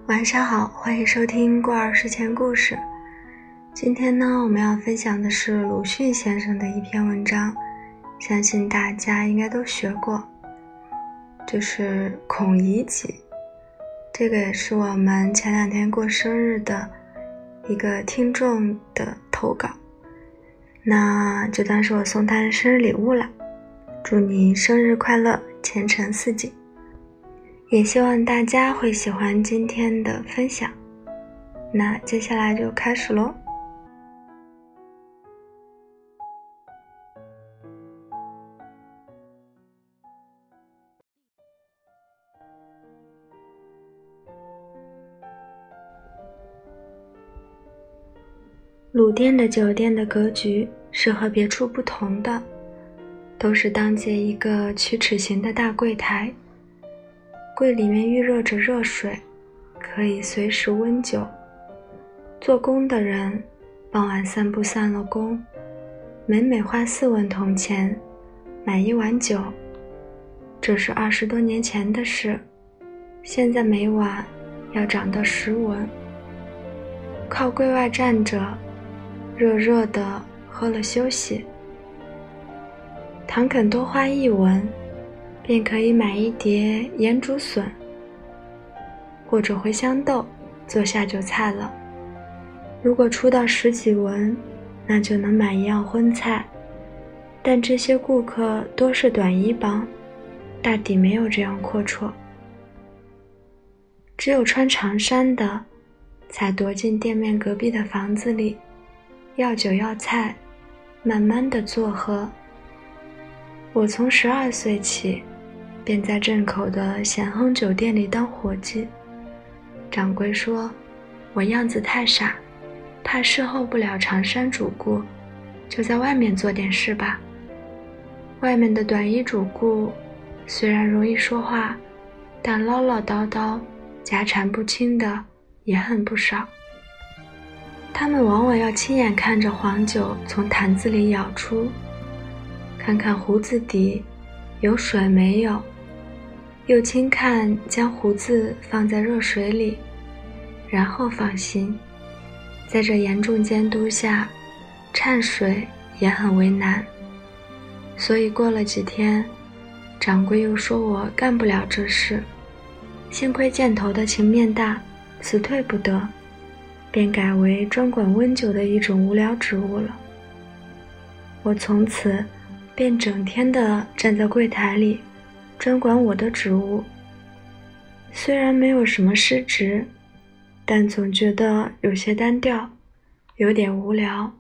晚上好，欢迎收听过儿睡前故事。今天呢，我们要分享的是鲁迅先生的一篇文章，相信大家应该都学过，就是《孔乙己》。这个也是我们前2天过生日的一个听众的投稿，那就当是我送他的生日礼物了。祝你生日快乐，前程似锦。也希望大家会喜欢今天的分享，那接下来就开始咯。鲁店的酒店的格局是和别处不同的，都是当街一个曲尺形的大柜台，柜里面预热着热水，可以随时温酒。做工的人傍晚散步散了工，每花4文铜钱买1碗酒，这是20多年前的事，现在每碗要涨到10文。靠柜外站着，热热的喝了休息。倘肯多花1文，便可以买1碟盐竹笋或者茴香豆做下酒菜了。如果出到10几文，那就能买1样荤菜，但这些顾客多是短衣帮，大抵没有这样阔绰。只有穿长衫的才躲进店面隔壁的房子里，要酒要菜，慢慢地坐喝。我从12岁起便在镇口的咸亨酒店里当伙计。掌柜说我样子太傻，怕侍候不了长衫主顾，就在外面做点事吧。外面的短衣主顾虽然容易说话，但唠唠叨叨家产不清的也很不少。他们往往要亲眼看着黄酒从坛子里舀出，看看胡子底有水没有，又轻看将胡子放在热水里，然后放心。在这严重监督下，掺水也很为难。所以过了几天，掌柜又说我干不了这事，幸亏箭头的情面大，辞退不得，便改为专管温酒的一种无聊职务了。我从此便整天地站在柜台里，专管我的职务。虽然没有什么失职，但总觉得有些单调，有点无聊。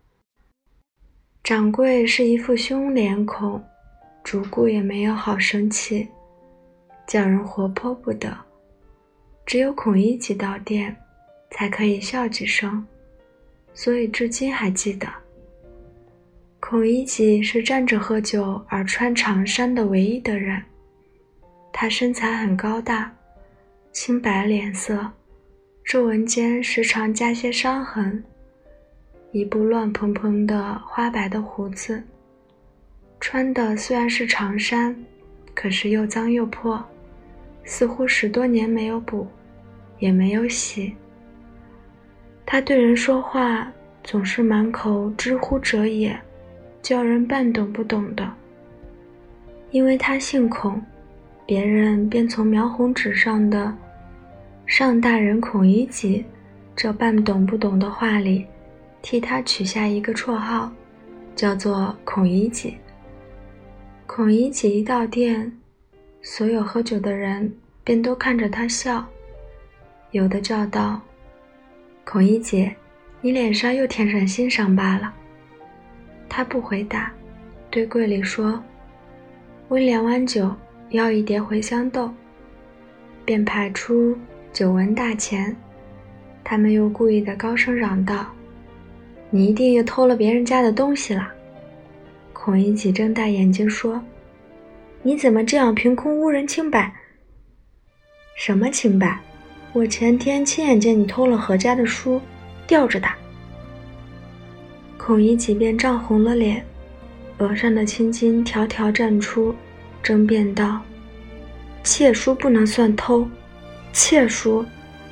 掌柜是一副凶脸孔，主顾也没有好生气，叫人活泼不得。只有孔乙己到店才可以笑几声，所以至今还记得。孔乙己是站着喝酒而穿长衫的唯一的人，他身材很高大，青白脸色，皱纹间时常加些伤痕，一部乱蓬蓬的花白的胡子，穿的虽然是长衫，可是又脏又破，似乎10多年没有补，也没有洗。他对人说话总是满口知乎者也，叫人半懂不懂的。因为他姓孔，别人便从描红纸上的上大人孔乙己这半懂不懂的话里，替他取下一个绰号，叫做孔乙己。孔乙己一到店，所有喝酒的人便都看着他笑，有的叫道：孔乙己，你脸上又添上新伤疤了。他不回答，对柜里说：温2碗酒，要1碟茴香豆，便派出9文大钱。他们又故意的高声嚷道：你一定又偷了别人家的东西了。孔乙己睁大眼睛说：你怎么这样凭空污人清白？什么清白？我前天亲眼见你偷了何家的书，吊着打。孔乙己便涨红了脸，额上的青筋条条绽出，争辩道：窃书不能算偷，窃书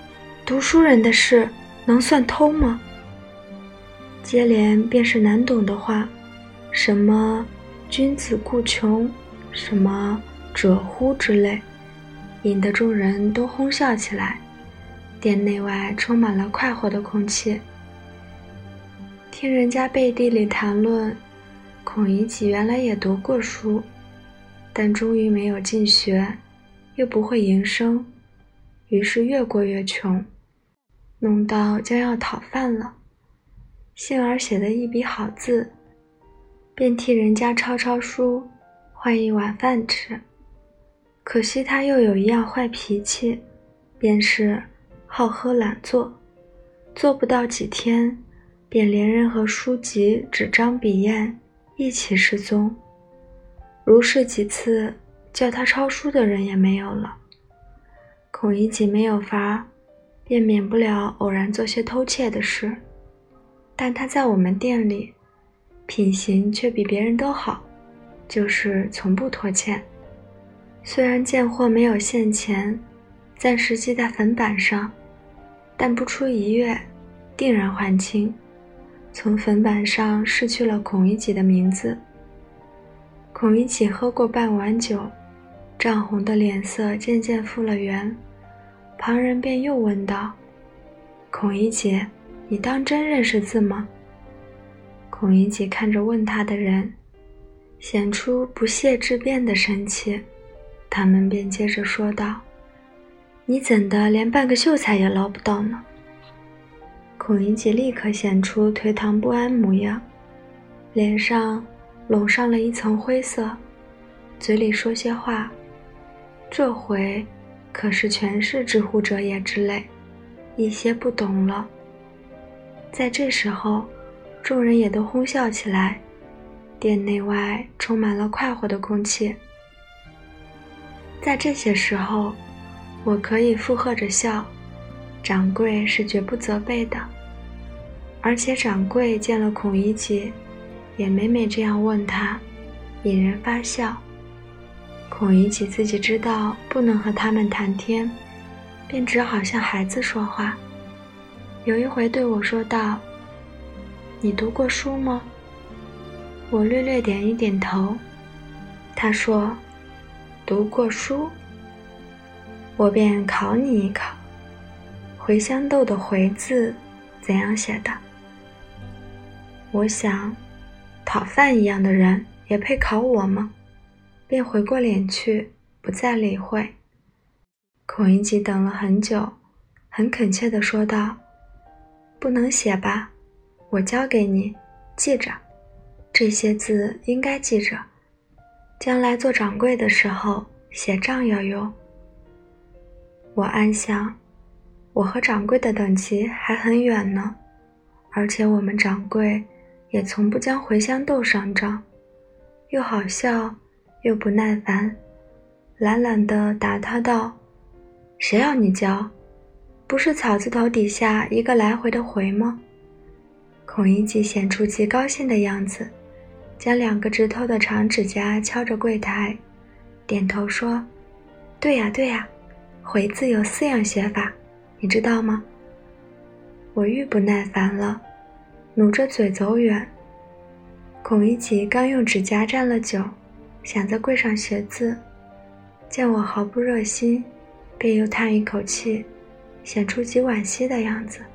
读书人的事能算偷吗？接连便是难懂的话，什么君子固穷，什么者乎之类，引得众人都哄笑起来，店内外充满了快活的空气。听人家背地里谈论，孔乙己原来也读过书，但终于没有进学，又不会营生，于是越过越穷，弄到将要讨饭了。幸而写得一笔好字，便替人家抄书，换一碗饭吃。可惜他又有一样坏脾气，便是好喝懒做，做不到几天，便连人和书籍、纸张、笔砚一起失踪。如是几次，叫他抄书的人也没有了。孔乙己没有法，便免不了偶然做些偷窃的事，但他在我们店里品行却比别人都好，就是从不拖欠。虽然见货没有现钱，暂时记在粉板上，但不出1月，定然还清。从粉板上失去了孔乙己的名字。孔乙己喝过半碗酒，涨红的脸色渐渐复了原，旁人便又问道：孔乙己，你当真认识字吗？孔乙己看着问他的人，显出不屑质辩的神气，他们便接着说道：你怎的连半个秀才也捞不到呢？孔乙己立刻显出颓唐不安模样，脸上笼上了一层灰色，嘴里说些话，这回可是全是知乎者也之类，一些不懂了。在这时候，众人也都哄笑起来，店内外充满了快活的空气。在这些时候，我可以附和着笑，掌柜是绝不责备的。而且掌柜见了孔乙己，也每每这样问他，引人发笑。孔乙己自己知道不能和他们谈天，便只好像孩子说话。有一回对我说道：你读过书吗？我略略点一点头。他说：读过书。我便考你一考，茴香豆的茴字怎样写的？我想，讨饭一样的人也配考我吗？便回过脸去，不再理会。孔乙己等了很久，很恳切地说道：不能写吧？我教给你，记着，这些字应该记着，将来做掌柜的时候写账要用。我暗想，我和掌柜的等级还很远呢，而且我们掌柜也从不将茴香豆上账，又好笑又不耐烦，懒懒地答他道：谁要你教？不是草字头底下一个来回的回吗？孔乙己显出极高兴的样子，将2个指头的长指甲敲着柜台，点头说：对呀对呀，回字有4样写法，你知道吗？我愈不耐烦了，努着嘴走远。孔乙己刚用指甲蘸了酒，想在柜上写字，见我毫不热心，便又叹一口气，显出极惋惜的样子。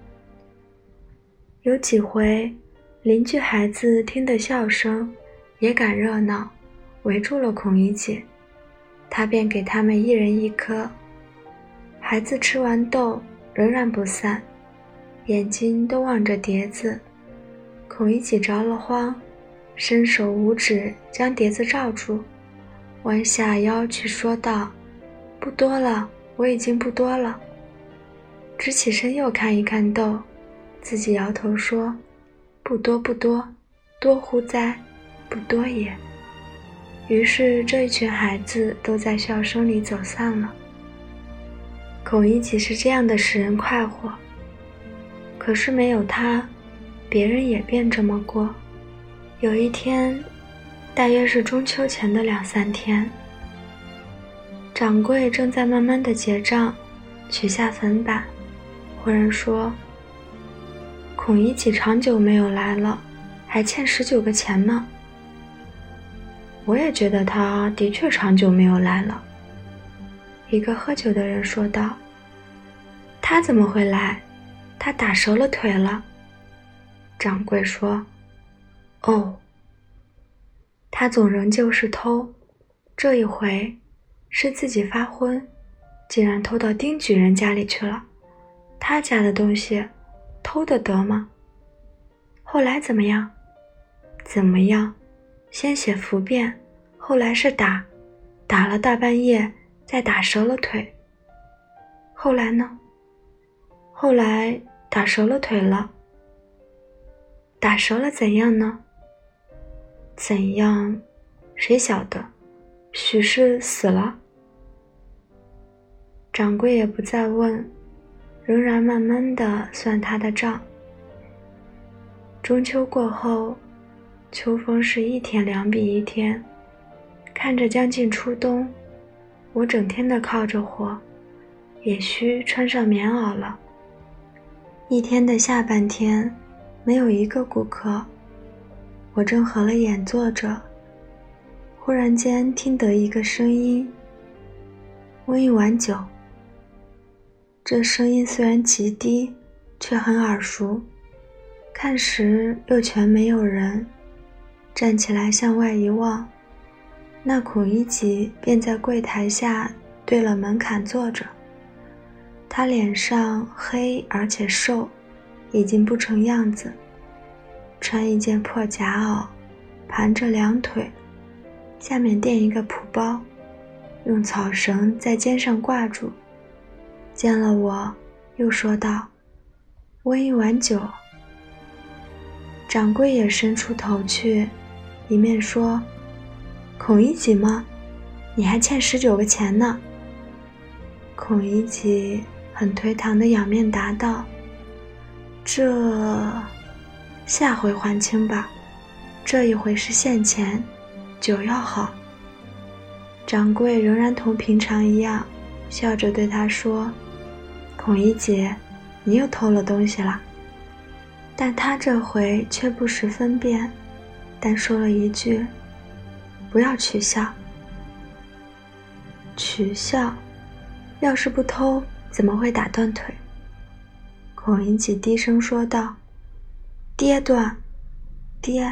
有几回，邻居孩子听得笑声，也赶热闹，围住了孔乙己，他便给他们一人1颗。孩子吃完豆，仍然不散，眼睛都望着碟子。孔乙己着了慌，伸手五指将碟子罩住，弯下腰去说道：不多了，我已经不多了。直起身又看一看豆，自己摇头说：不多不多，多乎哉，不多也。于是这一群孩子都在笑声里走散了。孔乙己是这样的使人快活，可是没有他，别人也便这么过。有一天，大约是中秋前的2、3天，掌柜正在慢慢的结账，取下粉板， 忽然说，孔乙己长久没有来了，还欠19个钱呢。我也觉得他的确长久没有来了。一个喝酒的人说道，他怎么会来？他打折了腿了。掌柜说，哦，他总仍旧是偷，这一回是自己发昏，竟然偷到丁举人家里去了。他家的东西偷得得吗？后来怎么样？怎么样？先写服辩，后来是打了大半夜，再打折了腿。后来呢？后来打折了腿了。打折了怎样呢？怎样？谁晓得？许是死了。掌柜也不再问，仍然慢慢地算他的账。中秋过后，秋风是一天两比一天，看着将近初冬，我整天的靠着火，也需穿上棉袄了。一天的下半天，没有一个顾客，我正合了眼坐着，忽然间听得一个声音，温一碗酒。这声音虽然极低，却很耳熟，看时又全没有人，站起来向外一望，那孔乙己便在柜台下对了门槛坐着。他脸上黑而且瘦，已经不成样子，穿一件破夹袄，盘着两腿，下面垫一个蒲包，用草绳在肩上挂住。见了我，又说道，温一碗酒。掌柜也伸出头去，一面说，孔乙己吗？你还欠19个钱呢。孔乙己很颓唐地仰面答道，这下回还清吧，这一回是现钱，酒要好。掌柜仍然同平常一样，笑着对他说，孔乙己，你又偷了东西了。但他这回却不识分辨，但说了一句，不要取笑。取笑？要是不偷，怎么会打断腿？孔乙己低声说道，跌断，跌。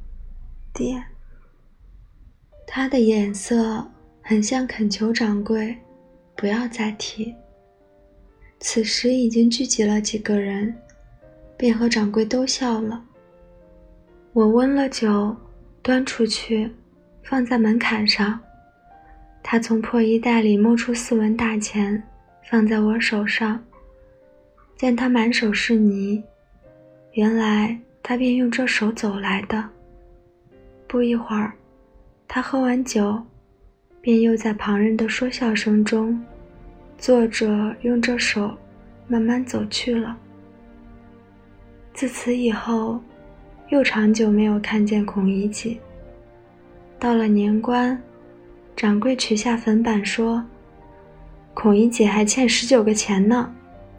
他的眼色很像恳求掌柜不要再提。此时已经聚集了几个人，便和掌柜都笑了。我温了酒，端出去，放在门槛上。他从破衣袋里摸出4文大钱，放在我手上。见他满手是泥，原来他便用这手走来的。不一会儿，他喝完酒，便又在旁人的说笑声中，坐着用这手慢慢走去了。自此以后，又长久没有看见孔乙己。到了年关，掌柜取下粉板说，孔乙己还欠19个钱呢。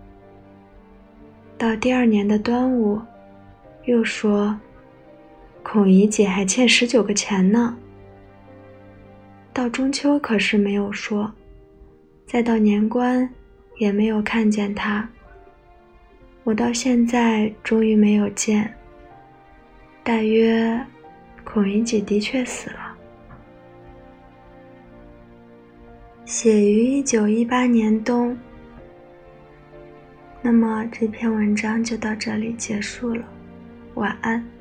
到第2年的端午，又说，孔乙己还欠19个钱呢。到中秋可是没有说，再到年关也没有看见他。我到现在终于没有见，大约孔乙己的确死了。写于1918年冬。那么这篇文章就到这里结束了，晚安。